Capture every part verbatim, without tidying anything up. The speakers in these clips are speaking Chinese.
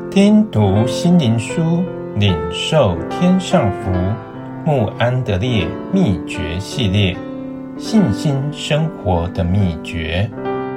听读心灵书，领受天上福。慕安德烈秘诀系列，信心生活的秘诀。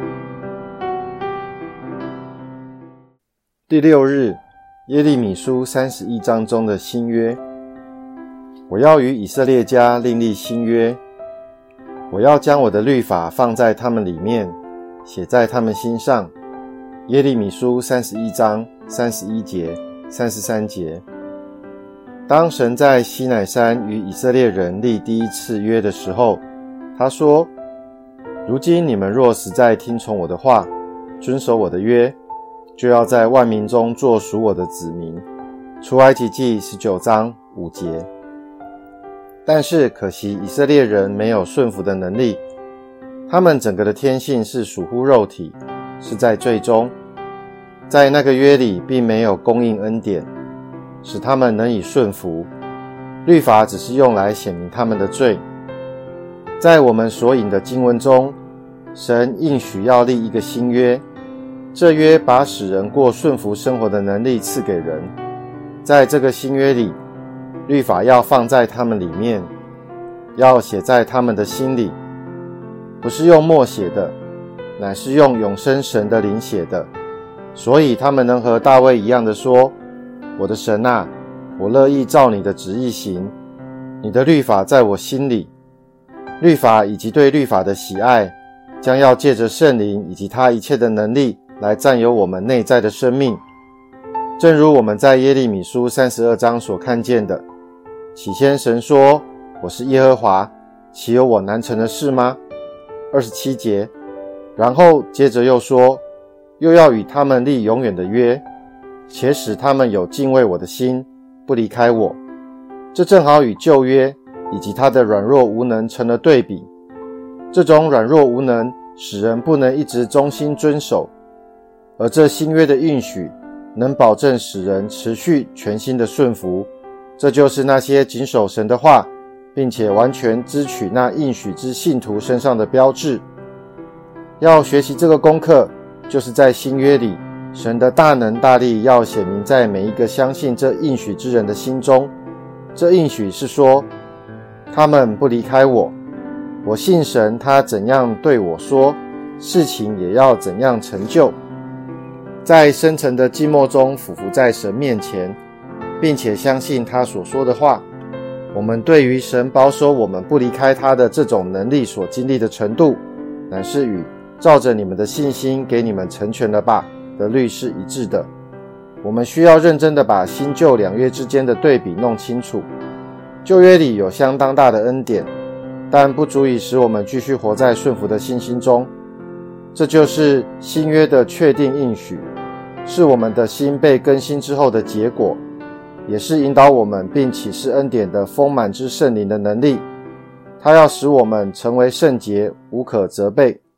第六日，耶利米书三十一章中的新约。我要与以色列家另立新约，我要将我的律法放在他们里面，写在他们心上。耶利米书三十一章三十一节、三十三节。当神在西乃山与以色列人立第一次约的时候，他说：如今你们若实在听从我的话，遵守我的约，就要在万民中做属我的子民。出埃及记十九章五节。但是可惜以色列人没有顺服的能力，他们整个的天性是属乎肉体，是在罪中。在那个约里并没有供应恩典，使他们能以顺服。律法只是用来显明他们的罪。在我们所引的经文中，神应许要立一个新约，这约把使人过顺服生活的能力赐给人。在这个新约里，律法要放在他们里面，要写在他们的心里，不是用墨写的，乃是用永生神的灵写的。所以他们能和大卫一样的说：我的神啊，我乐意照你的旨意行，你的律法在我心里。律法以及对律法的喜爱，将要借着圣灵以及他一切的能力来占有我们内在的生命。正如我们在耶利米书三十二章所看见的，起先神说：我是耶和华，岂有我难成的事吗？二十七节。然后接着又说，又要与他们立永远的约，且使他们有敬畏我的心，不离开我。这正好与旧约以及他的软弱无能成了对比。这种软弱无能使人不能一直忠心遵守，而这新约的应许能保证使人持续全心的顺服。这就是那些谨守神的话，并且完全支取那应许之信徒身上的标志。要学习这个功课，就是在新约里，神的大能大力要显明在每一个相信这应许之人的心中。这应许是说，他们不离开我，我信神，他怎样对我说，事情也要怎样成就。在深沉的寂寞中俯伏在神面前，并且相信他所说的话，我们对于神保守我们不离开他的这种能力所经历的程度，乃是与照着你们的信心给你们成全了吧的律是一致的。我们需要认真的把新旧两约之间的对比弄清楚。旧约里有相当大的恩典，但不足以使我们继续活在顺服的信心中。这就是新约的确定应许，是我们的心被更新之后的结果，也是引导我们并启示恩典的丰满之圣灵的能力。它要使我们成为圣洁，无可责备。